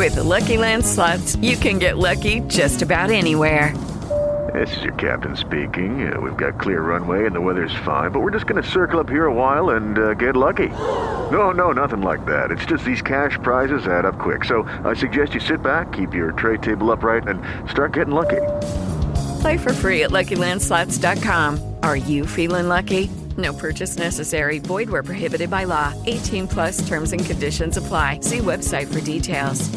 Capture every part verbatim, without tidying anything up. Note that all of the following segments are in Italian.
With Lucky Land Slots, you can get lucky just about anywhere. This is your captain speaking. Uh, we've got clear runway and the weather's fine, but we're just going to circle up here a while and uh, get lucky. No, no, nothing like that. It's just these cash prizes add up quick. So I suggest you sit back, keep your tray table upright, and start getting lucky. Play for free at Lucky Land Slots dot com. Are you feeling lucky? No purchase necessary. Void where prohibited by law. eighteen plus terms and conditions apply. See website for details.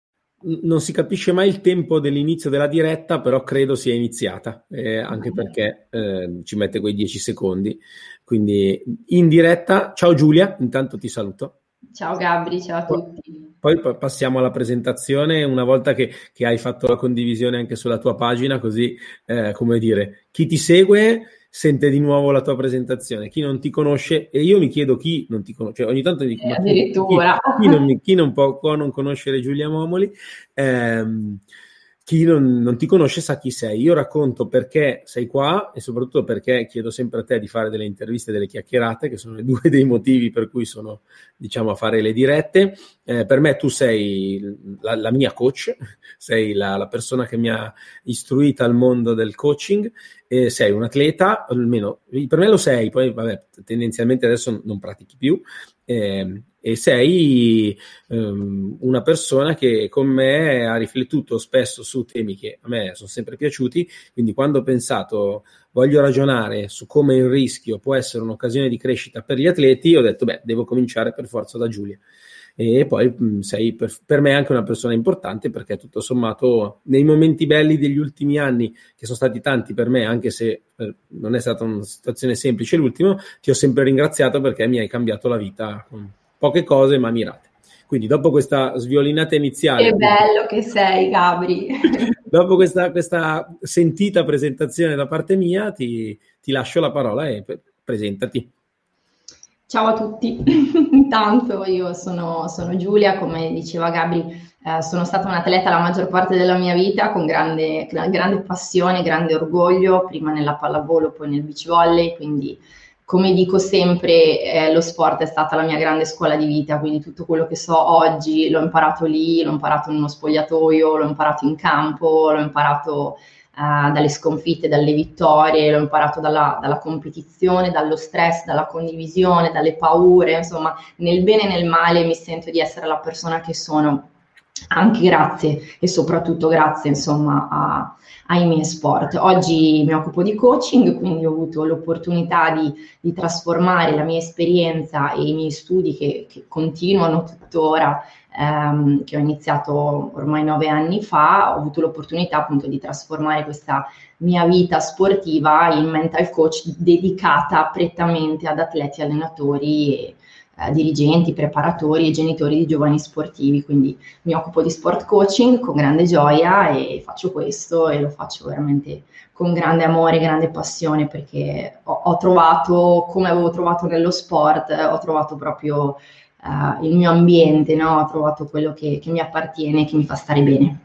Non si capisce mai il tempo dell'inizio della diretta, però credo sia iniziata, eh, anche perché eh, ci mette quei dieci secondi. Quindi in diretta. Ciao Giulia, intanto ti saluto. Ciao Gabri, ciao a tutti. Poi passiamo alla presentazione una volta che, che hai fatto la condivisione anche sulla tua pagina, così eh, come dire, chi ti segue sente di nuovo la tua presentazione, chi non ti conosce, e io mi chiedo chi non ti conosce, cioè, ogni tanto dico, eh, addirittura chi, chi, non, chi non può, può non conoscere Giulia Momoli, ehm, chi non, non ti conosce sa chi sei. Io racconto perché sei qua e soprattutto perché chiedo sempre a te di fare delle interviste, delle chiacchierate, che sono i due dei motivi per cui sono, diciamo, a fare le dirette. Eh, per me tu sei la, la mia coach, sei la, la persona che mi ha istruita al mondo del coaching, e sei un atleta, almeno per me lo sei, poi vabbè, tendenzialmente adesso non pratichi più, eh, e sei um, una persona che con me ha riflettuto spesso su temi che a me sono sempre piaciuti, quindi quando ho pensato voglio ragionare su come il rischio può essere un'occasione di crescita per gli atleti, ho detto beh, devo cominciare per forza da Giulia. E poi mh, sei per, per me anche una persona importante, perché tutto sommato nei momenti belli degli ultimi anni, che sono stati tanti per me, anche se eh, non è stata una situazione semplice l'ultimo, ti ho sempre ringraziato perché mi hai cambiato la vita con poche cose ma mirate. Quindi dopo questa sviolinata iniziale, che bello che sei Gabri, dopo questa, questa sentita presentazione da parte mia, ti, ti lascio la parola e pre- presentati. Ciao a tutti, intanto io sono, sono Giulia, come diceva Gabri, eh, sono stata un atleta la maggior parte della mia vita, con grande, grande passione, grande orgoglio, prima nella pallavolo, poi nel beach volley, quindi come dico sempre eh, lo sport è stata la mia grande scuola di vita, quindi tutto quello che so oggi l'ho imparato lì, l'ho imparato in uno spogliatoio, l'ho imparato in campo, l'ho imparato Uh, dalle sconfitte, dalle vittorie, l'ho imparato dalla, dalla competizione, dallo stress, dalla condivisione, dalle paure, insomma, nel bene e nel male mi sento di essere la persona che sono, anche grazie e soprattutto grazie, insomma, a, ai miei sport. Oggi mi occupo di coaching, quindi ho avuto l'opportunità di, di trasformare la mia esperienza e i miei studi che, che continuano tuttora, ehm, che ho iniziato ormai nove anni fa. Ho avuto l'opportunità appunto di trasformare questa mia vita sportiva in mental coach dedicata prettamente ad atleti, allenatori e eh, dirigenti, preparatori e genitori di giovani sportivi. Quindi mi occupo di sport coaching con grande gioia e faccio questo e lo faccio veramente con grande amore, grande passione, perché ho, ho trovato, come avevo trovato nello sport, ho trovato proprio Uh, il mio ambiente, no? Ho trovato quello che, che mi appartiene, che mi fa stare bene.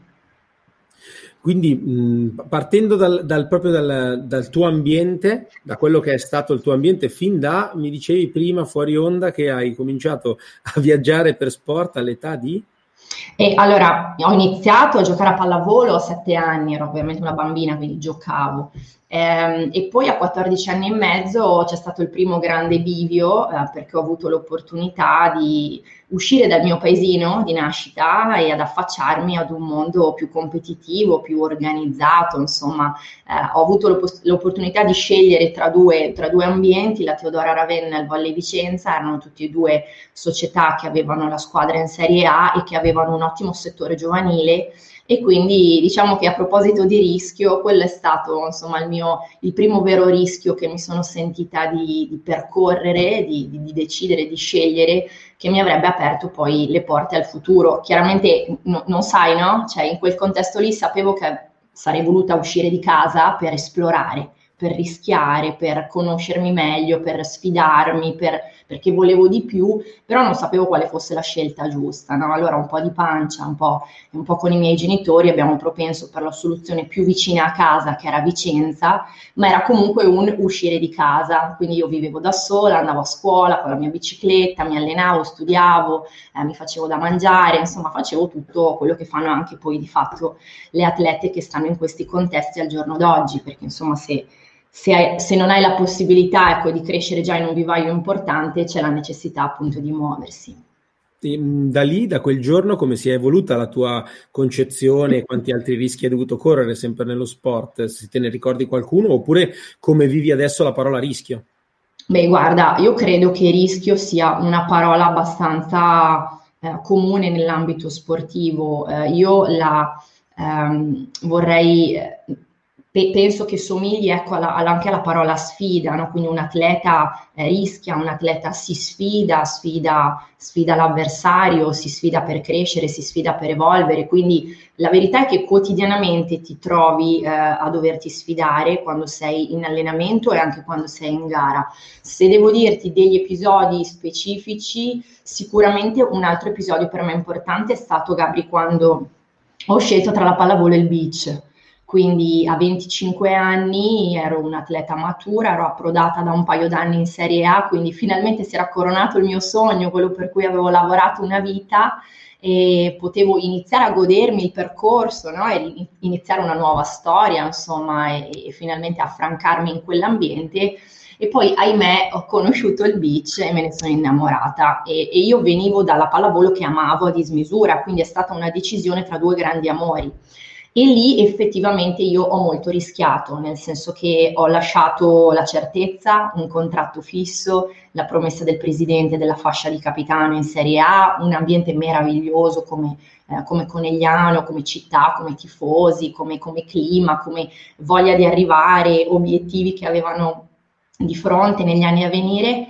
Quindi mh, partendo dal, dal proprio dal, dal tuo ambiente, da quello che è stato il tuo ambiente fin da, mi dicevi prima fuori onda che hai cominciato a viaggiare per sport all'età di? E allora ho iniziato a giocare a pallavolo a sette anni, ero ovviamente una bambina, quindi giocavo. Ehm, e poi a quattordici anni e mezzo c'è stato il primo grande bivio, eh, perché ho avuto l'opportunità di uscire dal mio paesino di nascita e ad affacciarmi ad un mondo più competitivo, più organizzato. Insomma, eh, ho avuto l'opp- l'opportunità di scegliere tra due, tra due ambienti, la Teodora Ravenna e il Volley Vicenza. Erano tutte e due società che avevano la squadra in Serie A e che avevano un ottimo settore giovanile. E quindi diciamo che a proposito di rischio, quello è stato insomma il mio il primo vero rischio che mi sono sentita di, di percorrere, di, di, di decidere, di scegliere, che mi avrebbe aperto poi le porte al futuro. Chiaramente no, non sai, no? Cioè in quel contesto lì sapevo che sarei voluta uscire di casa per esplorare, per rischiare, per conoscermi meglio, per sfidarmi, per, perché volevo di più, però non sapevo quale fosse la scelta giusta, no? Allora un po' di pancia, un po', un po' con i miei genitori abbiamo propenso per la soluzione più vicina a casa, che era Vicenza, ma era comunque un uscire di casa, quindi io vivevo da sola, andavo a scuola con la mia bicicletta, mi allenavo, studiavo, eh, mi facevo da mangiare, insomma facevo tutto quello che fanno anche poi di fatto le atlete che stanno in questi contesti al giorno d'oggi, perché insomma se Se, hai, se non hai la possibilità, ecco, di crescere già in un vivaio importante, c'è la necessità appunto di muoversi. E, da lì, da quel giorno, come si è evoluta la tua concezione? Quanti altri rischi hai dovuto correre sempre nello sport? Se te ne ricordi qualcuno, oppure come vivi adesso la parola rischio? Beh, guarda, io credo che rischio sia una parola abbastanza eh, comune nell'ambito sportivo. Eh, io la ehm, vorrei... Eh, penso che somigli, ecco, alla, anche alla parola sfida, no? Quindi un atleta eh, rischia, un atleta si sfida, sfida, sfida l'avversario, si sfida per crescere, si sfida per evolvere, quindi la verità è che quotidianamente ti trovi eh, a doverti sfidare quando sei in allenamento e anche quando sei in gara. Se devo dirti degli episodi specifici, sicuramente un altro episodio per me importante è stato, Gabri, quando ho scelto tra la pallavolo e il beach. Quindi a venticinque anni ero un'atleta matura, ero approdata da un paio d'anni in Serie A, quindi finalmente si era coronato il mio sogno, quello per cui avevo lavorato una vita, e potevo iniziare a godermi il percorso, no? E iniziare una nuova storia, insomma, e, e finalmente affrancarmi in quell'ambiente. E poi, ahimè, ho conosciuto il beach e me ne sono innamorata. E, e io venivo dalla pallavolo che amavo a dismisura, quindi è stata una decisione tra due grandi amori. E lì effettivamente io ho molto rischiato, nel senso che ho lasciato la certezza, un contratto fisso, la promessa del presidente della fascia di capitano in Serie A, un ambiente meraviglioso come, eh, come Conegliano, come città, come tifosi, come, come clima, come voglia di arrivare, obiettivi che avevano di fronte negli anni a venire,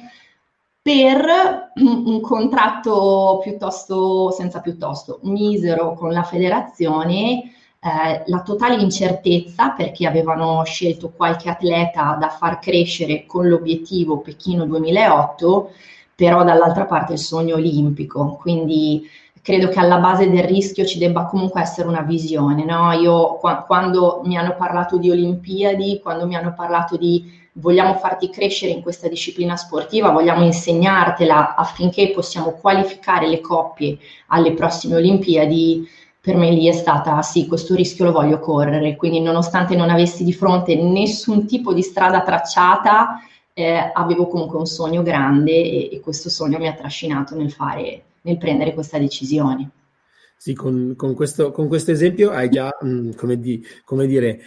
per un contratto piuttosto, senza piuttosto, misero con la federazione. Eh, la totale incertezza, perché avevano scelto qualche atleta da far crescere con l'obiettivo Pechino duemilaotto, però dall'altra parte il sogno olimpico, quindi credo che alla base del rischio ci debba comunque essere una visione, no? Io qua, quando mi hanno parlato di Olimpiadi, quando mi hanno parlato di vogliamo farti crescere in questa disciplina sportiva, vogliamo insegnartela affinché possiamo qualificare le coppie alle prossime Olimpiadi, per me lì è stata, sì, questo rischio lo voglio correre, quindi nonostante non avessi di fronte nessun tipo di strada tracciata, eh, avevo comunque un sogno grande e, e questo sogno mi ha trascinato nel fare, nel prendere questa decisione. Sì, con, con, questo, con questo esempio hai già, mh, come, di, come dire,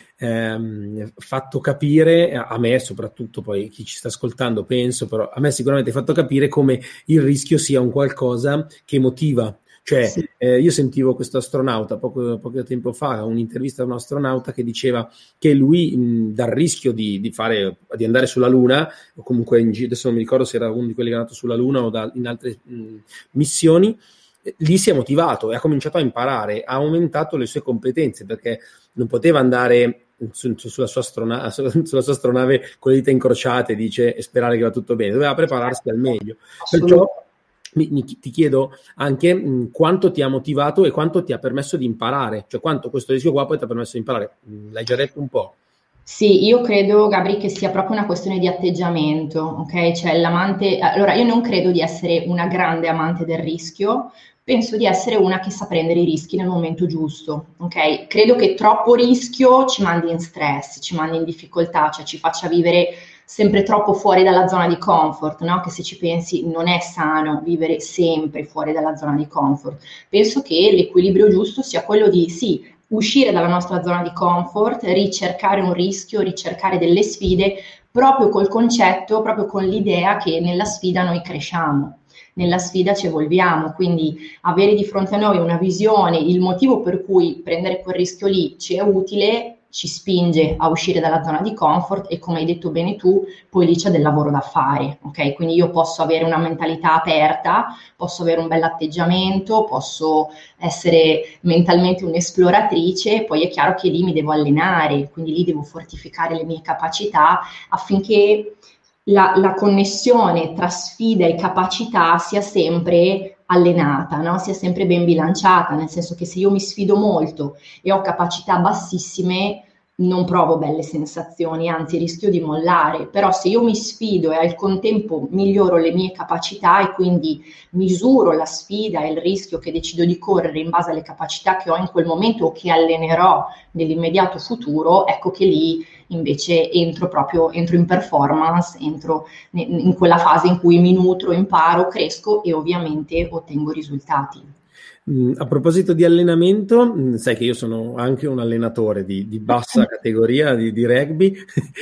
ehm, fatto capire, a me soprattutto, poi chi ci sta ascoltando penso, però a me sicuramente hai fatto capire come il rischio sia un qualcosa che motiva. Cioè, sì. eh, io sentivo questo astronauta poco, poco tempo fa, un'intervista a un astronauta che diceva che lui mh, dal rischio di, di, fare, di andare sulla Luna, o comunque in, adesso non mi ricordo se era uno di quelli che è andato sulla Luna o da, in altre mh, missioni, eh, lì si è motivato e ha cominciato a imparare, ha aumentato le sue competenze, perché non poteva andare su, su, sulla, sua astrona- sulla sua astronave con le dita incrociate, dice, e sperare che va tutto bene, doveva prepararsi al meglio. Perciò Mi, mi, ti chiedo anche mh, quanto ti ha motivato e quanto ti ha permesso di imparare, cioè quanto questo rischio qua poi ti ha permesso di imparare. Mh, l'hai già detto un po'. Sì, io credo, Gabri, che sia proprio una questione di atteggiamento, ok? Cioè l'amante, allora io non credo di essere una grande amante del rischio, penso di essere una che sa prendere i rischi nel momento giusto, ok? Credo che troppo rischio ci mandi in stress, ci mandi in difficoltà, cioè ci faccia vivere sempre troppo fuori dalla zona di comfort, no? Che se ci pensi non è sano vivere sempre fuori dalla zona di comfort. Penso che l'equilibrio giusto sia quello di sì, uscire dalla nostra zona di comfort, ricercare un rischio, ricercare delle sfide, proprio col concetto, proprio con l'idea che nella sfida noi cresciamo, nella sfida ci evolviamo, quindi avere di fronte a noi una visione, il motivo per cui prendere quel rischio lì ci è utile, ci spinge a uscire dalla zona di comfort e, come hai detto bene tu, poi lì c'è del lavoro da fare, ok? Quindi io posso avere una mentalità aperta, posso avere un bell'atteggiamento, posso essere mentalmente un'esploratrice, poi è chiaro che lì mi devo allenare, quindi lì devo fortificare le mie capacità affinché la, la connessione tra sfida e capacità sia sempre allenata, no? Sia sempre ben bilanciata, nel senso che se io mi sfido molto e ho capacità bassissime, non provo belle sensazioni, anzi rischio di mollare. Però se io mi sfido e al contempo miglioro le mie capacità e quindi misuro la sfida e il rischio che decido di correre in base alle capacità che ho in quel momento o che allenerò nell'immediato futuro, ecco che lì invece entro proprio entro in performance, entro in quella fase in cui mi nutro, imparo, cresco e ovviamente ottengo risultati. A proposito di allenamento, sai che io sono anche un allenatore di, di bassa categoria di, di rugby,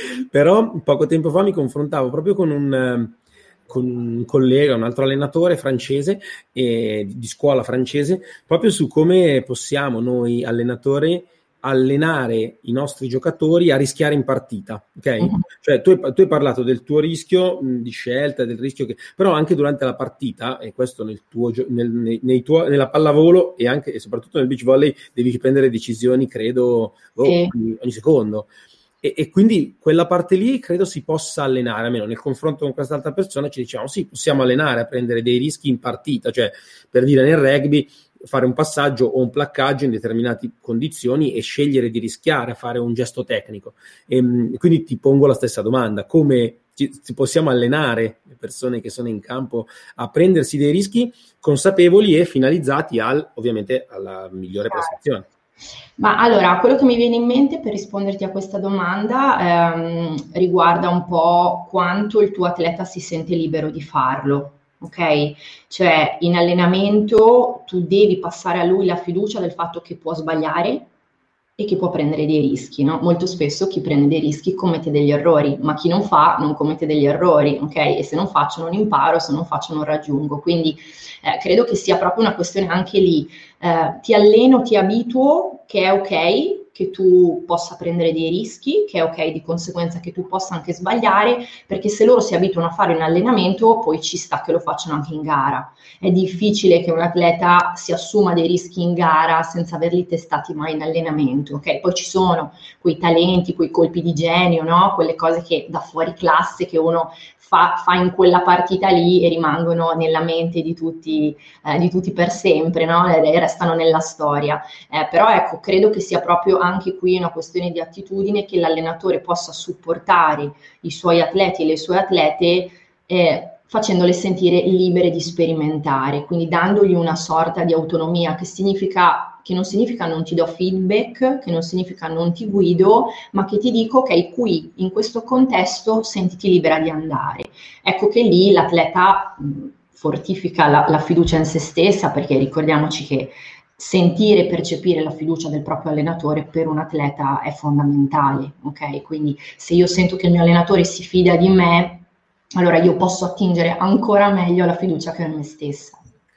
però poco tempo fa mi confrontavo proprio con un, con un collega, un altro allenatore francese, eh, di scuola francese, proprio su come possiamo noi allenatori allenare i nostri giocatori a rischiare in partita, ok? Uh-huh. Cioè tu hai, tu hai parlato del tuo rischio mh, di scelta, del rischio che però anche durante la partita, e questo nel tuo nel, nei, nei tuo, nella pallavolo e anche e soprattutto nel beach volley devi prendere decisioni, credo, oh, sì. ogni, ogni secondo. E, e quindi quella parte lì credo si possa allenare, almeno nel confronto con quest'altra persona ci diciamo sì, possiamo allenare a prendere dei rischi in partita, cioè per dire nel rugby fare un passaggio o un placcaggio in determinate condizioni e scegliere di rischiare a fare un gesto tecnico. E, quindi ti pongo la stessa domanda: come ci, ci possiamo allenare le persone che sono in campo a prendersi dei rischi consapevoli e finalizzati al, ovviamente alla migliore prestazione? Ma allora, quello che mi viene in mente per risponderti a questa domanda ehm, riguarda un po' quanto il tuo atleta si sente libero di farlo. Ok? Cioè in allenamento tu devi passare a lui la fiducia del fatto che può sbagliare e che può prendere dei rischi, no? Molto spesso chi prende dei rischi commette degli errori, ma chi non fa non commette degli errori, ok? E se non faccio non imparo, se non faccio non raggiungo. Quindi eh, credo che sia proprio una questione anche lì. Eh, ti alleno, ti abituo, che è ok, che tu possa prendere dei rischi, che è ok di conseguenza che tu possa anche sbagliare, perché se loro si abituano a fare un allenamento, poi ci sta che lo facciano anche in gara. È difficile che un atleta si assuma dei rischi in gara senza averli testati mai in allenamento, ok? Poi ci sono quei talenti, quei colpi di genio, no? Quelle cose che da fuori classe che uno fa, fa in quella partita lì e rimangono nella mente di tutti, eh, di tutti per sempre, no? E restano nella storia. Eh, però ecco, credo che sia proprio anche qui una questione di attitudine, che l'allenatore possa supportare i suoi atleti e le sue atlete eh, facendole sentire libere di sperimentare, quindi dandogli una sorta di autonomia, che significa che non significa non ti do feedback, che non significa non ti guido, ma che ti dico ok, qui in questo contesto sentiti libera di andare. Ecco che lì l'atleta mh, fortifica la, la fiducia in se stessa, perché ricordiamoci che sentire e percepire la fiducia del proprio allenatore per un atleta è fondamentale, ok? Quindi se io sento che il mio allenatore si fida di me, allora io posso attingere ancora meglio alla fiducia che ho in me stessa.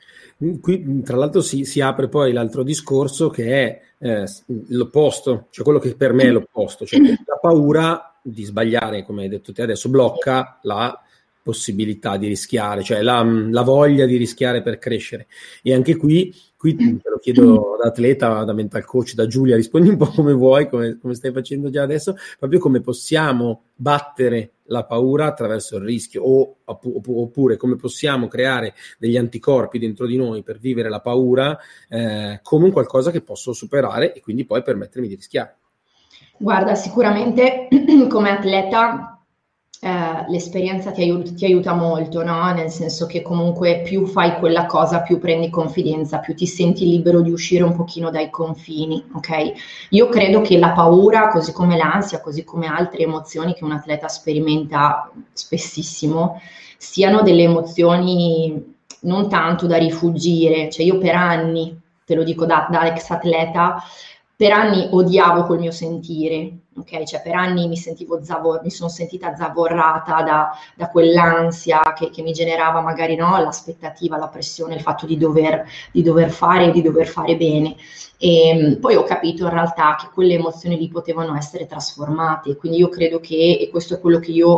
Qui tra l'altro si, si apre poi l'altro discorso che è eh, l'opposto, cioè quello che per me è l'opposto, cioè la paura di sbagliare, come hai detto te adesso, blocca la possibilità di rischiare, cioè la, la voglia di rischiare per crescere. E anche qui, qui te lo chiedo da atleta, da mental coach, da Giulia, rispondi un po' come vuoi, come, come stai facendo già adesso, proprio come possiamo battere la paura attraverso il rischio, o oppure come possiamo creare degli anticorpi dentro di noi per vivere la paura eh, come un qualcosa che posso superare e quindi poi permettermi di rischiare. Guarda, sicuramente come atleta eh, l'esperienza ti aiuta, ti aiuta molto, no? Nel senso che comunque più fai quella cosa, più prendi confidenza, più ti senti libero di uscire un pochino dai confini, ok? Io credo che la paura, così come l'ansia, così come altre emozioni che un atleta sperimenta spessissimo, siano delle emozioni non tanto da rifuggire. Cioè io per anni, te lo dico da, da ex atleta, per anni odiavo quel mio sentire, ok? Cioè per anni mi sentivo zavor- mi sono sentita zavorrata da, da quell'ansia che, che mi generava magari, no? L'aspettativa, la pressione, il fatto di dover, di dover fare e di dover fare bene. E poi ho capito in realtà che quelle emozioni lì potevano essere trasformate, quindi io credo che, e questo è quello che io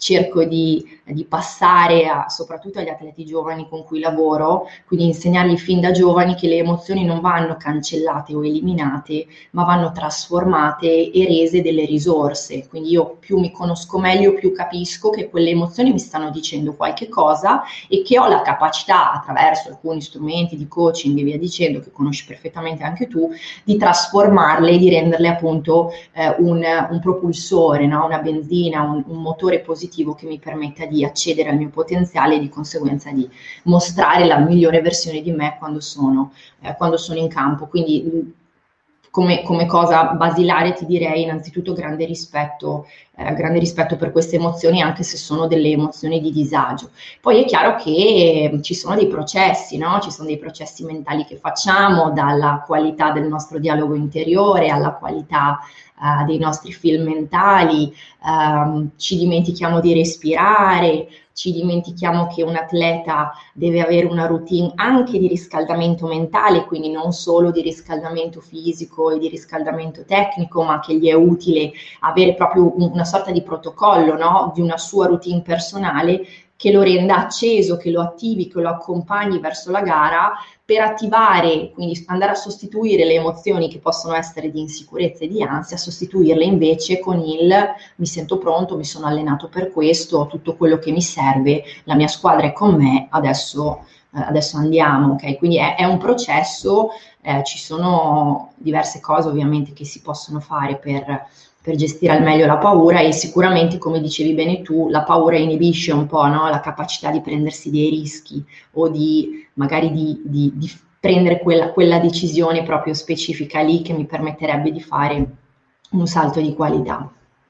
cerco di, di passare a, soprattutto agli atleti giovani con cui lavoro, quindi insegnargli fin da giovani che le emozioni non vanno cancellate o eliminate, ma vanno trasformate e rese delle risorse. Quindi io più mi conosco meglio, più capisco che quelle emozioni mi stanno dicendo qualche cosa e che ho la capacità, attraverso alcuni strumenti di coaching e via dicendo, che conosci perfettamente anche tu, di trasformarle e di renderle appunto eh, un, un propulsore, no? Una benzina, un, un motore positivo che mi permetta di accedere al mio potenziale e di conseguenza di mostrare la migliore versione di me quando sono, eh, quando sono in campo. Quindi Come, come cosa basilare ti direi innanzitutto grande rispetto, eh, grande rispetto per queste emozioni, anche se sono delle emozioni di disagio. Poi è chiaro che ci sono dei processi, no? Ci sono dei processi mentali che facciamo, dalla qualità del nostro dialogo interiore alla qualità uh, dei nostri film mentali, um, ci dimentichiamo di respirare, ci dimentichiamo che un atleta deve avere una routine anche di riscaldamento mentale, quindi non solo di riscaldamento fisico e di riscaldamento tecnico, ma che gli è utile avere proprio una sorta di protocollo, no? Di una sua routine personale che lo renda acceso, che lo attivi, che lo accompagni verso la gara per attivare, quindi andare a sostituire le emozioni che possono essere di insicurezza e di ansia, sostituirle invece con il mi sento pronto, mi sono allenato per questo, ho tutto quello che mi serve, la mia squadra è con me, adesso, eh, adesso andiamo, ok? Quindi è, è un processo, eh, ci sono diverse cose ovviamente che si possono fare per per gestire al meglio la paura e sicuramente, come dicevi bene tu, la paura inibisce un po', no? La capacità di prendersi dei rischi o di magari di, di, di prendere quella, quella decisione proprio specifica lì che mi permetterebbe di fare un salto di qualità.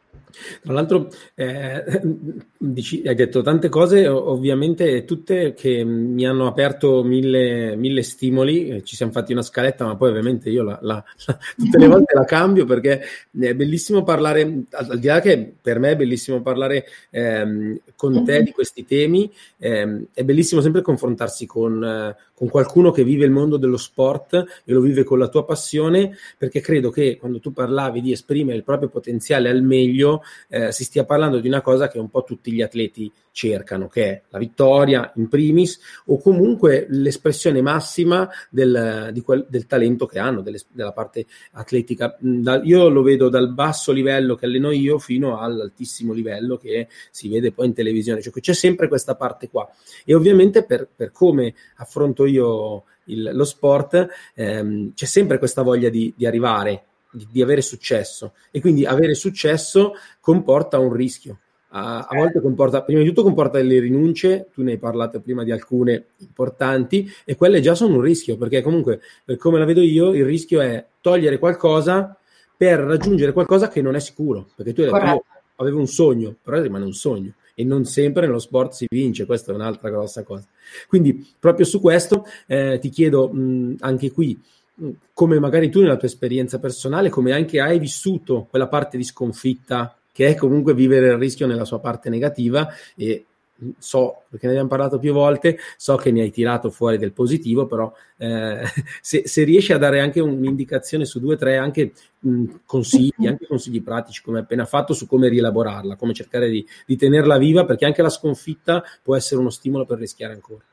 Tra l'altro eh, dici, hai detto tante cose, ovviamente tutte che mi hanno aperto mille, mille stimoli, ci siamo fatti una scaletta, ma poi ovviamente io la, la, la, tutte le volte la cambio perché è bellissimo parlare, al di là che per me è bellissimo parlare ehm, con te di questi temi, ehm, è bellissimo sempre confrontarsi con, eh, con qualcuno che vive il mondo dello sport e lo vive con la tua passione, perché credo che quando tu parlavi di esprimere il proprio potenziale al meglio, Eh, si stia parlando di una cosa che un po' tutti gli atleti cercano, che è la vittoria in primis o comunque l'espressione massima del, di quel, del talento che hanno, delle, della parte atletica. Da, io lo vedo dal basso livello che alleno io fino all'altissimo livello che si vede poi in televisione, cioè c'è sempre questa parte qua e ovviamente per, per come affronto io il, lo sport ehm, c'è sempre questa voglia di, di arrivare Di, di avere successo e quindi avere successo comporta un rischio, a, a volte comporta, prima di tutto comporta delle rinunce, tu ne hai parlato prima di alcune importanti e quelle già sono un rischio, perché comunque per come la vedo io il rischio è togliere qualcosa per raggiungere qualcosa che non è sicuro, perché tu hai detto io avevo un sogno, però rimane un sogno e non sempre nello sport si vince, questa è un'altra grossa cosa, quindi proprio su questo eh, ti chiedo mh, anche qui come magari tu nella tua esperienza personale, come anche hai vissuto quella parte di sconfitta che è comunque vivere il rischio nella sua parte negativa e so, perché ne abbiamo parlato più volte, so che ne hai tirato fuori del positivo, però eh, se, se riesci a dare anche un'indicazione su due o tre anche mh, consigli, anche consigli pratici come hai appena fatto su come rielaborarla, come cercare di, di tenerla viva, perché anche la sconfitta può essere uno stimolo per rischiare ancora.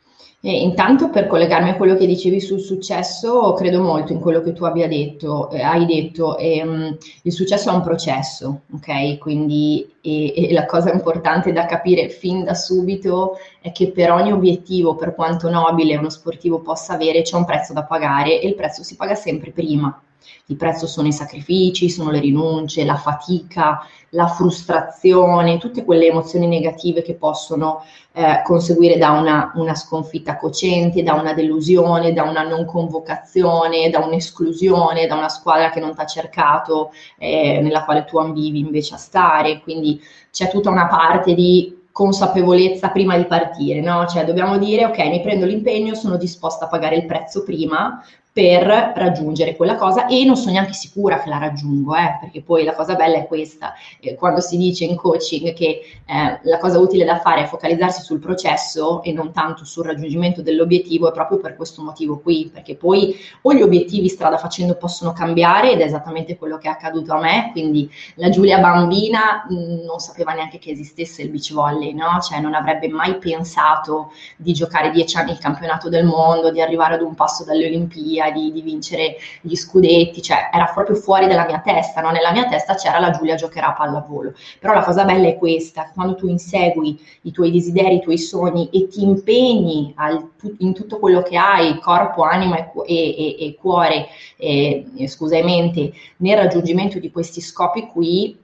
E intanto per collegarmi a quello che dicevi sul successo, credo molto in quello che tu abbia detto, eh, hai detto, e, um, il successo è un processo, ok? Quindi e, e la cosa importante da capire fin da subito è che per ogni obiettivo, per quanto nobile uno sportivo possa avere, c'è un prezzo da pagare e il prezzo si paga sempre prima. Il prezzo sono i sacrifici, sono le rinunce, la fatica, la frustrazione, tutte quelle emozioni negative che possono eh, conseguire da una, una sconfitta cocente, da una delusione, da una non convocazione, da un'esclusione, da una squadra che non ti ha cercato, eh, nella quale tu ambivi invece a stare. Quindi c'è tutta una parte di consapevolezza prima di partire, no? Cioè dobbiamo dire ok, mi prendo l'impegno, sono disposta a pagare il prezzo prima per raggiungere quella cosa, e non sono neanche sicura che la raggiungo, eh, perché poi la cosa bella è questa, eh, quando si dice in coaching che eh, la cosa utile da fare è focalizzarsi sul processo e non tanto sul raggiungimento dell'obiettivo, è proprio per questo motivo qui, perché poi o gli obiettivi strada facendo possono cambiare, ed è esattamente quello che è accaduto a me, quindi la Giulia bambina mh, non sapeva neanche che esistesse il beach volley, no? Cioè non avrebbe mai pensato di giocare dieci anni il campionato del mondo, di arrivare ad un passo dalle Olimpiadi, Di, di vincere gli scudetti, cioè era proprio fuori dalla mia testa, no? Nella mia testa c'era la Giulia giocherà a pallavolo, però la cosa bella è questa: quando tu insegui i tuoi desideri, i tuoi sogni e ti impegni al, in tutto quello che hai, corpo, anima e, e, e cuore, e, e, scusa, e mente, nel raggiungimento di questi scopi qui,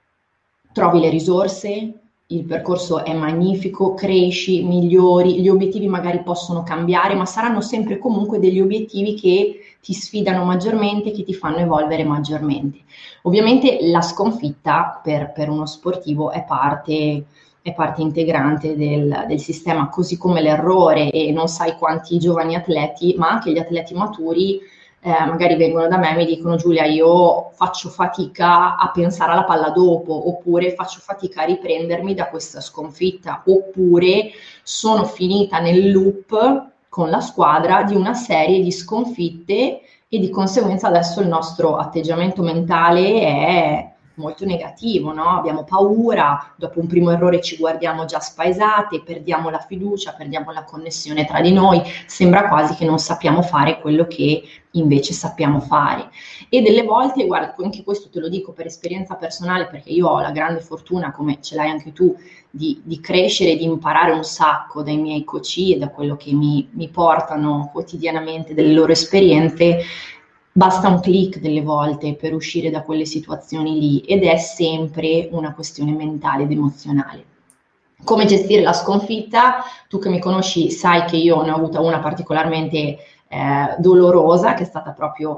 trovi le risorse, il percorso è magnifico, cresci, migliori, gli obiettivi magari possono cambiare, ma saranno sempre comunque degli obiettivi che ti sfidano maggiormente, che ti fanno evolvere maggiormente. Ovviamente la sconfitta per, per uno sportivo è parte, è parte integrante del, del sistema, così come l'errore, e non sai quanti giovani atleti, ma anche gli atleti maturi, Eh, magari vengono da me e mi dicono: Giulia, io faccio fatica a pensare alla palla dopo, oppure faccio fatica a riprendermi da questa sconfitta, oppure sono finita nel loop con la squadra di una serie di sconfitte e di conseguenza adesso il nostro atteggiamento mentale è molto negativo, no? Abbiamo paura, dopo un primo errore ci guardiamo già spaesate, perdiamo la fiducia, perdiamo la connessione tra di noi, sembra quasi che non sappiamo fare quello che invece sappiamo fare. E delle volte, guarda, anche questo te lo dico per esperienza personale, perché io ho la grande fortuna, come ce l'hai anche tu, di, di crescere e di imparare un sacco dai miei coach e da quello che mi, mi portano quotidianamente delle loro esperienze. Basta un click delle volte per uscire da quelle situazioni lì, ed è sempre una questione mentale ed emozionale. Come gestire la sconfitta? Tu che mi conosci sai che io ne ho avuta una particolarmente eh, dolorosa, che è stata proprio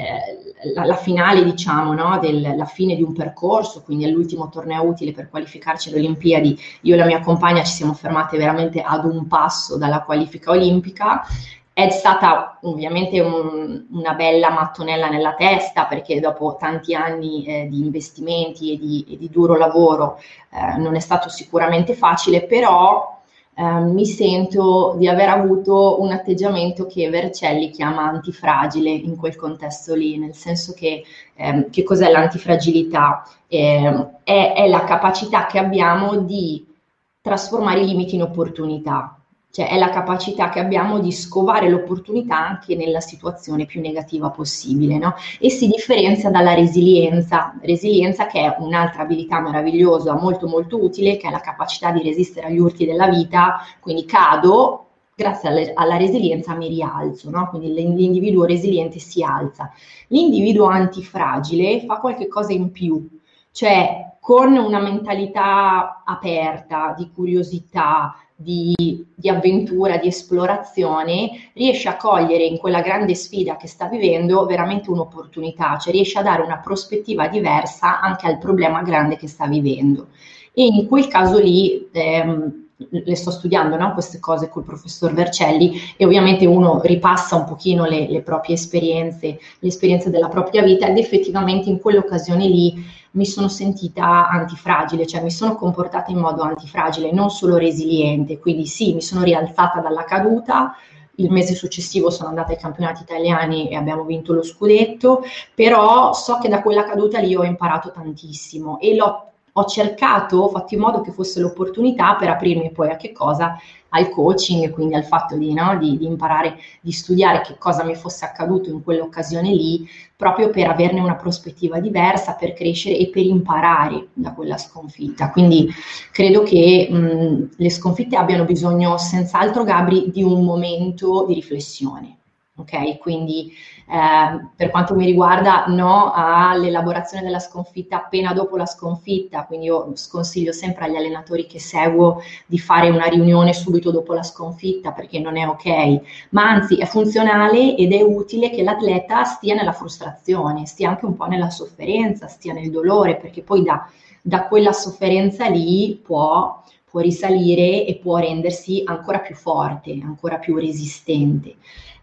eh, la, la finale, diciamo, no? Del, la fine di un percorso, quindi all'ultimo torneo utile per qualificarci alle Olimpiadi. Io e la mia compagna ci siamo fermate veramente ad un passo dalla qualifica olimpica. È stata ovviamente un, una bella mattonella nella testa, perché dopo tanti anni eh, di investimenti e di, e di duro lavoro eh, non è stato sicuramente facile, però eh, mi sento di aver avuto un atteggiamento che Vercelli chiama antifragile in quel contesto lì, nel senso che eh, che cos'è l'antifragilità? Eh, è, è la capacità che abbiamo di trasformare i limiti in opportunità. Cioè è la capacità che abbiamo di scovare l'opportunità anche nella situazione più negativa possibile, no? E si differenzia dalla resilienza, resilienza che è un'altra abilità meravigliosa, molto molto utile, che è la capacità di resistere agli urti della vita, quindi cado, grazie alla, alla resilienza mi rialzo, no? Quindi l'individuo resiliente si alza. L'individuo antifragile fa qualche cosa in più, cioè con una mentalità aperta, di curiosità, Di, di avventura, di esplorazione, riesce a cogliere in quella grande sfida che sta vivendo veramente un'opportunità, cioè riesce a dare una prospettiva diversa anche al problema grande che sta vivendo. E in quel caso lì ehm, le sto studiando, no? Queste cose col professor Vercelli, e ovviamente uno ripassa un pochino le, le proprie esperienze, le esperienze della propria vita, ed effettivamente in quell'occasione lì mi sono sentita antifragile, cioè mi sono comportata in modo antifragile, non solo resiliente. Quindi sì, mi sono rialzata dalla caduta, il mese successivo sono andata ai campionati italiani e abbiamo vinto lo scudetto, però so che da quella caduta lì ho imparato tantissimo e l'ho ho cercato, ho fatto in modo che fosse l'opportunità per aprirmi poi a che cosa? Al coaching, quindi al fatto di, no, di, di imparare, di studiare che cosa mi fosse accaduto in quell'occasione lì, proprio per averne una prospettiva diversa, per crescere e per imparare da quella sconfitta. Quindi credo che mh, le sconfitte abbiano bisogno senz'altro, Gabri, di un momento di riflessione. Ok, quindi eh, per quanto mi riguarda no all'elaborazione della sconfitta appena dopo la sconfitta, quindi io sconsiglio sempre agli allenatori che seguo di fare una riunione subito dopo la sconfitta, perché non è ok, ma anzi è funzionale ed è utile che l'atleta stia nella frustrazione, stia anche un po' nella sofferenza, stia nel dolore, perché poi da, da quella sofferenza lì può, può risalire e può rendersi ancora più forte, ancora più resistente.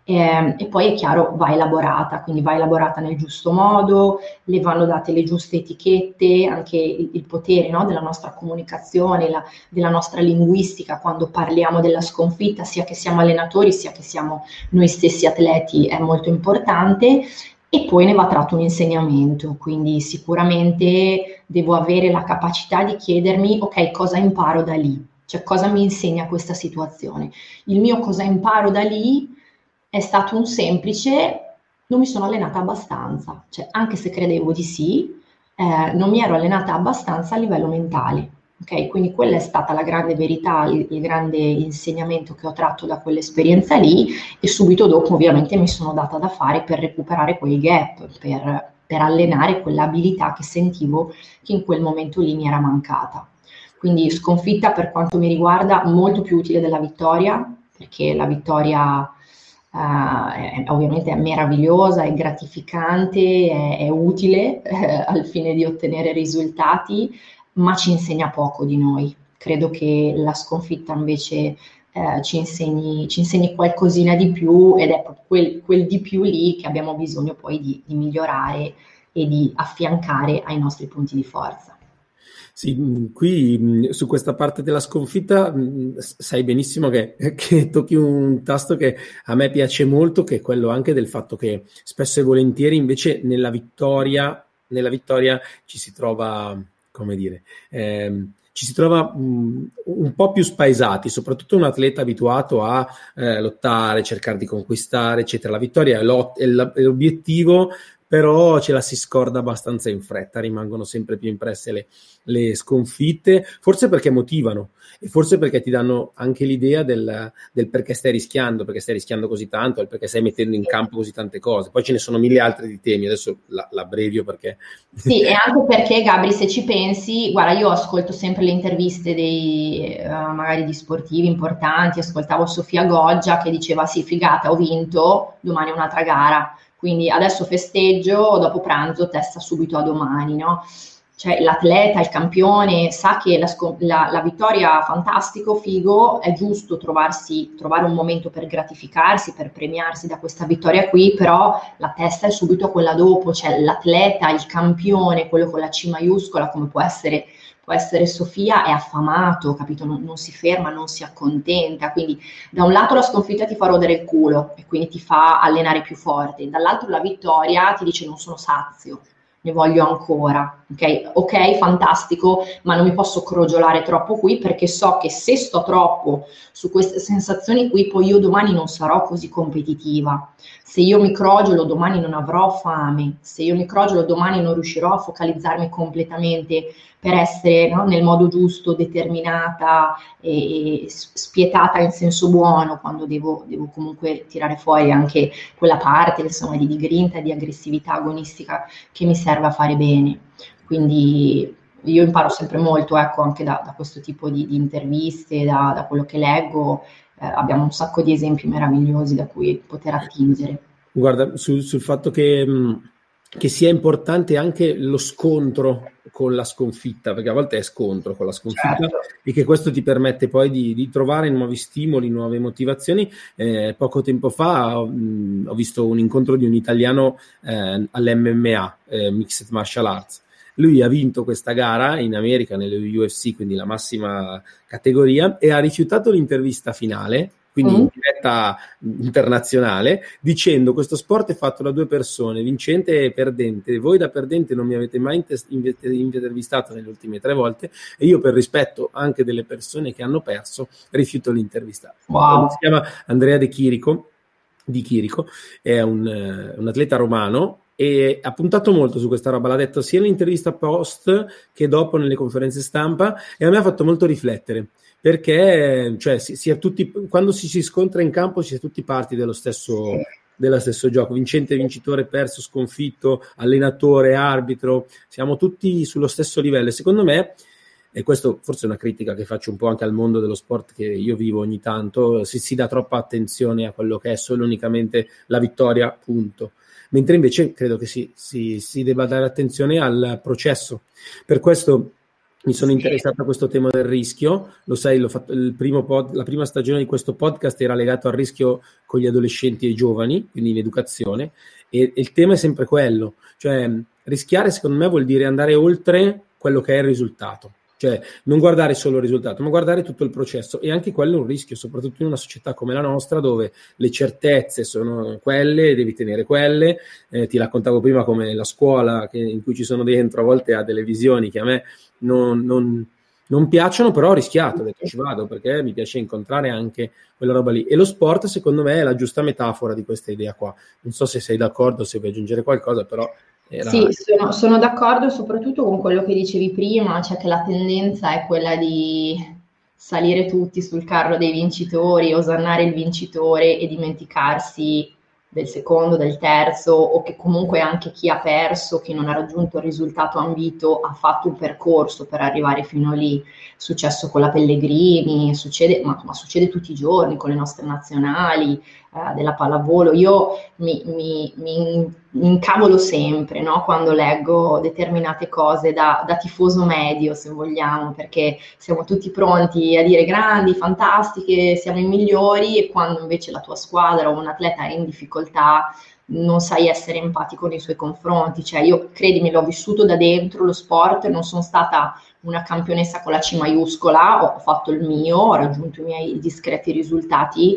E, e poi è chiaro va elaborata, quindi va elaborata nel giusto modo, le vanno date le giuste etichette, anche il, il potere, no, della nostra comunicazione, la, della nostra linguistica quando parliamo della sconfitta, sia che siamo allenatori sia che siamo noi stessi atleti, è molto importante. E poi ne va tratto un insegnamento, quindi sicuramente devo avere la capacità di chiedermi, ok, cosa imparo da lì? Cioè cosa mi insegna questa situazione? Il mio cosa imparo da lì è stato un semplice, non mi sono allenata abbastanza, cioè anche se credevo di sì, eh, non mi ero allenata abbastanza a livello mentale. Ok, quindi quella è stata la grande verità, il, il grande insegnamento che ho tratto da quell'esperienza lì, e subito dopo ovviamente mi sono data da fare per recuperare quei gap, per, per allenare quell'abilità che sentivo che in quel momento lì mi era mancata. Quindi sconfitta per quanto mi riguarda molto più utile della vittoria, perché la vittoria Uh, è, ovviamente è meravigliosa, è gratificante, è, è utile eh, al fine di ottenere risultati, ma ci insegna poco di noi. Credo che la sconfitta invece eh, ci insegni, ci insegni qualcosina di più, ed è proprio quel, quel di più lì che abbiamo bisogno poi di, di migliorare e di affiancare ai nostri punti di forza. Sì, qui su questa parte della sconfitta sai benissimo che, che tocchi un tasto che a me piace molto, che è quello anche del fatto che spesso e volentieri invece nella vittoria, nella vittoria ci si trova, come dire, ehm, ci si trova um, un po' più spaesati, soprattutto un atleta abituato a eh, lottare, cercare di conquistare, eccetera. La vittoria è, l'o- è l'obiettivo, però ce la si scorda abbastanza in fretta, rimangono sempre più impresse le, le sconfitte, forse perché motivano e forse perché ti danno anche l'idea del, del perché stai rischiando, perché stai rischiando così tanto, e perché stai mettendo in campo così tante cose. Poi ce ne sono mille altri di temi, adesso la, l'abbrevio perché... Sì, e anche perché, Gabri, se ci pensi, guarda, io ascolto sempre le interviste dei, uh, magari di sportivi importanti, ascoltavo Sofia Goggia che diceva sì, figata, ho vinto, domani è un'altra gara. Quindi adesso festeggio, dopo pranzo testa subito a domani, no? Cioè l'atleta, il campione sa che la, la, la vittoria, fantastico, figo, è giusto trovarsi, trovare un momento per gratificarsi, per premiarsi da questa vittoria qui, però la testa è subito quella dopo, cioè l'atleta, il campione, quello con la C maiuscola, come può essere, può essere Sofia, è affamato, capito? Non, non si ferma, non si accontenta, quindi da un lato la sconfitta ti fa rodere il culo e quindi ti fa allenare più forte, dall'altro la vittoria ti dice non sono sazio, ne voglio ancora, ok? Ok, fantastico, ma non mi posso crogiolare troppo qui, perché so che se sto troppo su queste sensazioni qui, poi io domani non sarò così competitiva. Se io mi crogiolo domani non avrò fame, se io mi crogiolo domani non riuscirò a focalizzarmi completamente per essere, no, nel modo giusto, determinata e spietata in senso buono, quando devo, devo comunque tirare fuori anche quella parte, insomma, di, di grinta, di aggressività agonistica che mi serve a fare bene. Quindi io imparo sempre molto, ecco, anche da, da questo tipo di, di interviste, da, da quello che leggo. Eh, abbiamo un sacco di esempi meravigliosi da cui poter attingere. Guarda, sul, sul fatto che, che sia importante anche lo scontro con la sconfitta, perché a volte è scontro con la sconfitta, certo, e che questo ti permette poi di, di trovare nuovi stimoli, nuove motivazioni. Eh, poco tempo fa mh, ho visto un incontro di un italiano eh, all'M M A, eh, Mixed Martial Arts. Lui ha vinto questa gara in America, nelle U F C, quindi la massima categoria, e ha rifiutato l'intervista finale, quindi mm. in diretta internazionale, dicendo: questo sport è fatto da due persone, vincente e perdente, voi da perdente non mi avete mai inter- intervistato nelle ultime tre volte, e io, per rispetto anche delle persone che hanno perso, rifiuto l'intervista. Wow. Si chiama Andrea De Chirico, Di Chirico, è un, un atleta romano, e ha puntato molto su questa roba, l'ha detto sia nell'intervista post che dopo nelle conferenze stampa, e a me ha fatto molto riflettere, perché cioè, si, si è tutti, quando si, si scontra in campo si è tutti parti dello stesso, dello stesso gioco, vincente, vincitore, perso, sconfitto, allenatore, arbitro, siamo tutti sullo stesso livello. E secondo me, e questo forse è una critica che faccio un po' anche al mondo dello sport che io vivo ogni tanto, si, si dà troppa attenzione a quello che è solo unicamente la vittoria, punto. Mentre invece credo che si, si, si debba dare attenzione al processo. Per questo mi sono Sì. interessato a questo tema del rischio, lo sai, l'ho fatto, il primo pod, la prima stagione di questo podcast era legato al rischio con gli adolescenti e i giovani, quindi in educazione, e, e il tema è sempre quello, cioè rischiare secondo me vuol dire andare oltre quello che è il risultato, cioè non guardare solo il risultato, ma guardare tutto il processo, e anche quello è un rischio, soprattutto in una società come la nostra dove le certezze sono quelle, devi tenere quelle, eh, ti raccontavo prima come la scuola che, in cui ci sono dentro a volte ha delle visioni che a me Non, non, non piacciono, però ho rischiato, ho detto ci vado perché mi piace incontrare anche quella roba lì, e lo sport secondo me è la giusta metafora di questa idea qua. Non so se sei d'accordo, se vuoi aggiungere qualcosa, però era... Sì, sono, sono d'accordo soprattutto con quello che dicevi prima, cioè che la tendenza è quella di salire tutti sul carro dei vincitori, osannare il vincitore e dimenticarsi del secondo, del terzo, o che comunque anche chi ha perso, chi non ha raggiunto il risultato ambito, ha fatto un percorso per arrivare fino lì. È successo con la Pellegrini, succede, ma, ma succede tutti i giorni con le nostre nazionali, eh, della pallavolo. Io mi, mi, mi incavolo sempre, no? Quando leggo determinate cose da, da tifoso medio, se vogliamo, perché siamo tutti pronti a dire grandi, fantastiche, siamo i migliori, e quando invece la tua squadra o un atleta è in difficoltà non sai essere empatico nei suoi confronti. Cioè, io, credimi, l'ho vissuto da dentro lo sport, non sono stata una campionessa con la C maiuscola, ho fatto il mio, ho raggiunto i miei discreti risultati,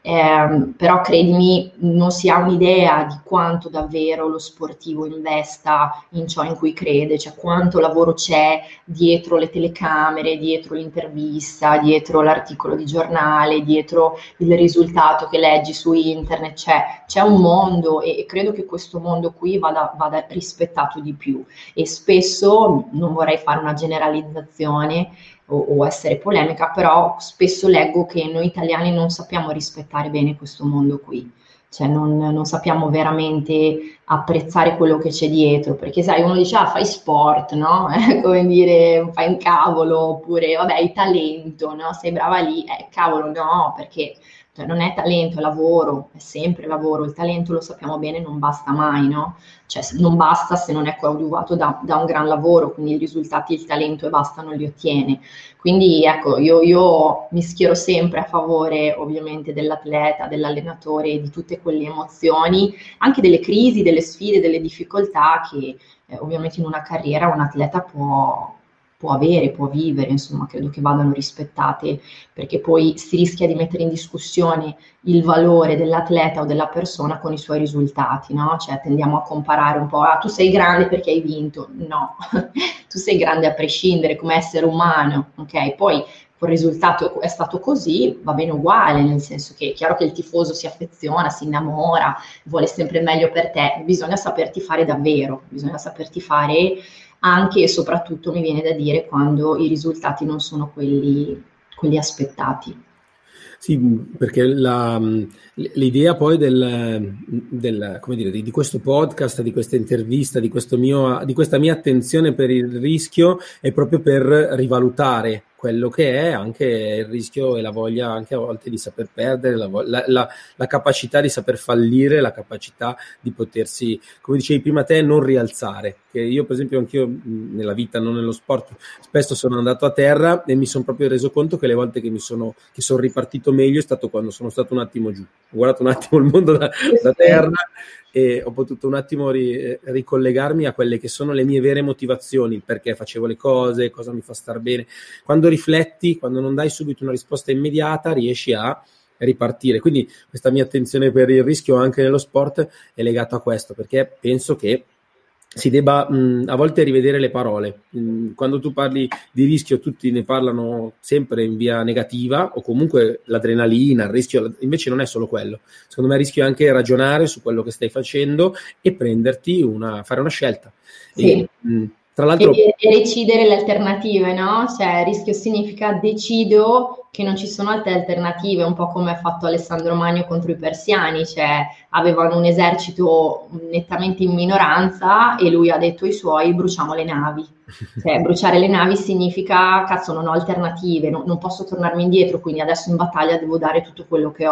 eh, però credimi, non si ha un'idea di quanto davvero lo sportivo investa in ciò in cui crede, cioè quanto lavoro c'è dietro le telecamere, dietro l'intervista, dietro l'articolo di giornale, dietro il risultato che leggi su internet. Cioè, c'è un mondo, e, e credo che questo mondo qui vada, vada rispettato di più, e spesso, non vorrei fare una generalizzazione o, o essere polemica, però spesso leggo che noi italiani non sappiamo rispettare bene questo mondo qui, cioè non, non sappiamo veramente apprezzare quello che c'è dietro, perché sai, uno dice ah, fai sport, no? Come dire, fai un cavolo, oppure vabbè, hai talento, no? Sei brava lì, eh, cavolo, no, perché cioè, non è talento, è lavoro, è sempre lavoro. Il talento, lo sappiamo bene, non basta mai, no? Cioè, non basta se non è coadiuvato da, da un gran lavoro, quindi i risultati, il talento e basta non li ottiene. Quindi ecco, io, io mi schiero sempre a favore ovviamente dell'atleta, dell'allenatore, di tutte quelle emozioni, anche delle crisi, delle sfide, delle difficoltà che eh, ovviamente in una carriera un atleta può, può avere, può vivere, insomma, credo che vadano rispettate, perché poi si rischia di mettere in discussione il valore dell'atleta o della persona con i suoi risultati, no? Cioè tendiamo a comparare un po', ah, tu sei grande perché hai vinto, no, tu sei grande a prescindere come essere umano, ok? Poi il risultato è stato così, va bene uguale, nel senso che è chiaro che il tifoso si affeziona, si innamora, vuole sempre il meglio per te, bisogna saperti fare davvero, bisogna saperti fare anche e soprattutto, mi viene da dire, quando i risultati non sono quelli, quelli aspettati. Sì, perché la, l'idea poi del, del, come dire, di, di questo podcast, di questa intervista, di, questo mio, di questa mia attenzione per il rischio è proprio per rivalutare quello che è anche il rischio e la voglia anche a volte di saper perdere, la, la, la, la capacità di saper fallire, la capacità di potersi, come dicevi prima te, non rialzare. Che io per esempio anch'io nella vita, non nello sport, spesso sono andato a terra e mi sono proprio reso conto che le volte che mi sono, che sono ripartito meglio è stato quando sono stato un attimo giù. Ho guardato un attimo il mondo da, da terra e ho potuto un attimo ri, ricollegarmi a quelle che sono le mie vere motivazioni, il perché facevo le cose, cosa mi fa star bene. Quando rifletti, quando non dai subito una risposta immediata, riesci a ripartire. Quindi questa mia attenzione per il rischio anche nello sport è legata a questo, perché penso che si debba mh, a volte rivedere le parole. Mh, quando tu parli di rischio tutti ne parlano sempre in via negativa, o comunque l'adrenalina, il rischio, invece non è solo quello. Secondo me il rischio è anche ragionare su quello che stai facendo e prenderti una, fare una scelta. Sì. E, mh, tra l'altro, e, e decidere le alternative, no? Cioè, rischio significa decido che non ci sono altre alternative, un po' come ha fatto Alessandro Magno contro i persiani, cioè avevano un esercito nettamente in minoranza e lui ha detto ai suoi bruciamo le navi. Cioè, bruciare le navi significa cazzo, non ho alternative, non, non posso tornarmi indietro, quindi adesso in battaglia devo dare tutto quello che ho.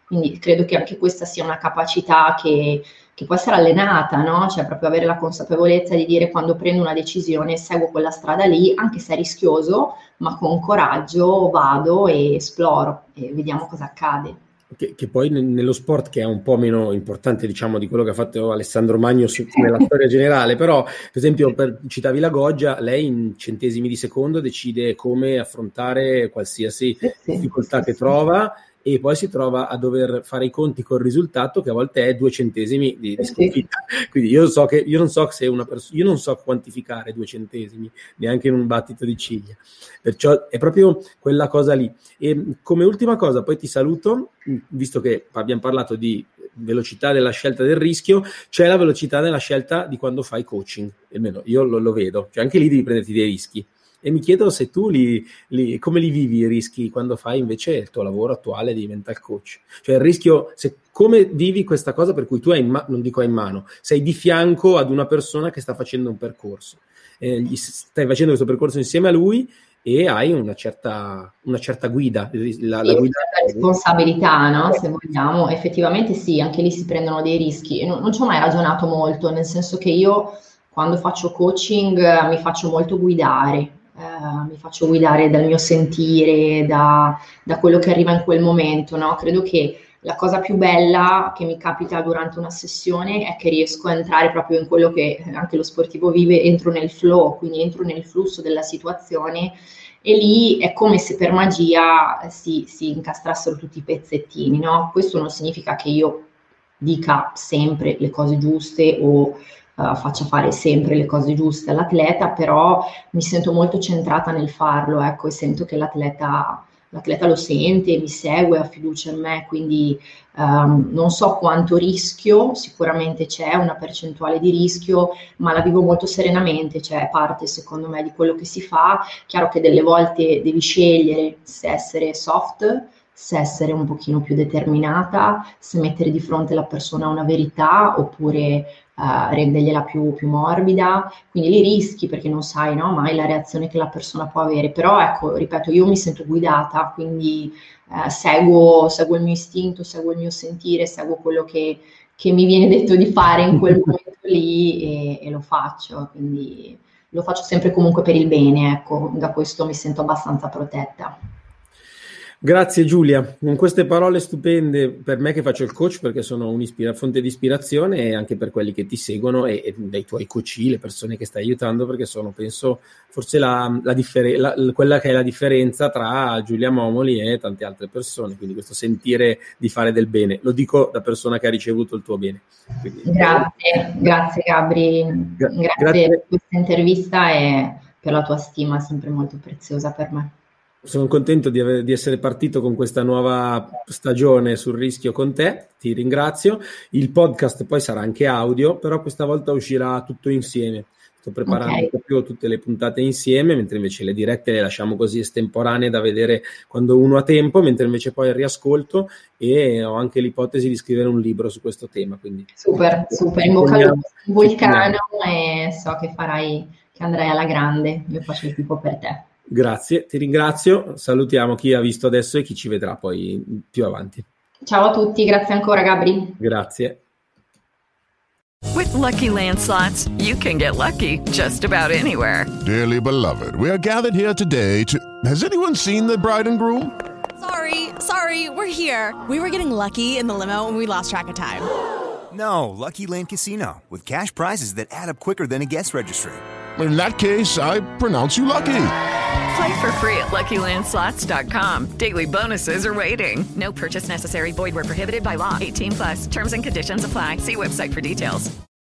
Quindi credo che anche questa sia una capacità che, che può essere allenata, no? Cioè proprio avere la consapevolezza di dire quando prendo una decisione seguo quella strada lì, anche se è rischioso, ma con coraggio vado e esploro e vediamo cosa accade. Che, che poi nello sport, che è un po' meno importante diciamo di quello che ha fatto Alessandro Magno su, nella storia generale, però per esempio per, citavi la Goggia, lei in centesimi di secondo decide come affrontare qualsiasi sì, sì, difficoltà sì, che sì. trova, e poi si trova a dover fare i conti col risultato che a volte è due centesimi di, di sconfitta. Quindi io so che io non so se una persona, io non so quantificare due centesimi neanche in un battito di ciglia. Perciò è proprio quella cosa lì. E come ultima cosa, poi ti saluto, visto che abbiamo parlato di velocità della scelta del rischio, c'è la velocità nella scelta di quando fai coaching, almeno io lo, lo vedo, cioè anche lì devi prenderti dei rischi. E mi chiedo se tu li, li, come li vivi i rischi quando fai invece il tuo lavoro attuale di mental coach. Cioè il rischio, se, come vivi questa cosa per cui tu hai in ma- non dico hai in mano, sei di fianco ad una persona che sta facendo un percorso, eh, gli stai facendo questo percorso insieme a lui e hai una certa, una certa guida. La, sì, la guida una responsabilità, no? Se vogliamo, effettivamente sì, anche lì si prendono dei rischi. E non, non ci ho mai ragionato molto, nel senso che io quando faccio coaching eh, mi faccio molto guidare. Uh, mi faccio guidare dal mio sentire, da, da quello che arriva in quel momento, no? Credo che la cosa più bella che mi capita durante una sessione è che riesco a entrare proprio in quello che anche lo sportivo vive, entro nel flow, quindi entro nel flusso della situazione e lì è come se per magia si, si incastrassero tutti i pezzettini, no? Questo non significa che io dica sempre le cose giuste o Uh, faccia fare sempre le cose giuste all'atleta, però mi sento molto centrata nel farlo, ecco, e sento che l'atleta, l'atleta lo sente, mi segue, ha fiducia in me, quindi um, non so quanto rischio, sicuramente c'è una percentuale di rischio, ma la vivo molto serenamente, cioè è parte secondo me di quello che si fa. Chiaro che delle volte devi scegliere se essere soft, se essere un pochino più determinata, se mettere di fronte alla persona una verità oppure uh, rendergliela più, più morbida, quindi li rischi perché non sai, no, mai la reazione che la persona può avere, però ecco, ripeto, io mi sento guidata, quindi uh, seguo, seguo il mio istinto, seguo il mio sentire, seguo quello che, che mi viene detto di fare in quel momento lì e, e lo faccio, quindi lo faccio sempre comunque per il bene, ecco, da questo mi sento abbastanza protetta. Grazie Giulia, con queste parole stupende per me che faccio il coach, perché sono una fonte di ispirazione, e anche per quelli che ti seguono e, e dai tuoi coach, le persone che stai aiutando, perché sono, penso, forse la, la differ- la, quella che è la differenza tra Giulia Momoli e tante altre persone, quindi questo sentire di fare del bene, lo dico da persona che ha ricevuto il tuo bene. Quindi, grazie, grazie Gabri, gra- grazie, grazie per questa intervista e per la tua stima, sempre molto preziosa per me. Sono contento di, aver, di essere partito con questa nuova stagione sul rischio con te, ti ringrazio. Il podcast poi sarà anche audio, però questa volta uscirà tutto insieme. Sto preparando okay. proprio tutte le puntate insieme, mentre invece le dirette le lasciamo così estemporanee da vedere quando uno ha tempo, mentre invece poi il riascolto, e ho anche l'ipotesi di scrivere un libro su questo tema. Quindi super, super, in bocca al lupo, vulcano, e so che farai, che andrai alla grande, io faccio il tipo per te. Grazie, ti ringrazio, salutiamo chi ha visto adesso e chi ci vedrà poi più avanti. Ciao a tutti, grazie ancora Gabri. Grazie. With Lucky Land Slots, you can get lucky just about anywhere. Dearly beloved, we are gathered here today to... Has anyone seen the bride and groom? Sorry, sorry, we're here. We were getting lucky in the limo and we lost track of time. No, Lucky Land Casino, with cash prizes that add up quicker than a guest registry. In that case, I pronounce you lucky. Play for free at Lucky Land Slots dot com. Daily bonuses are waiting. No purchase necessary. Void where prohibited by law. eighteen plus. Terms and conditions apply. See website for details.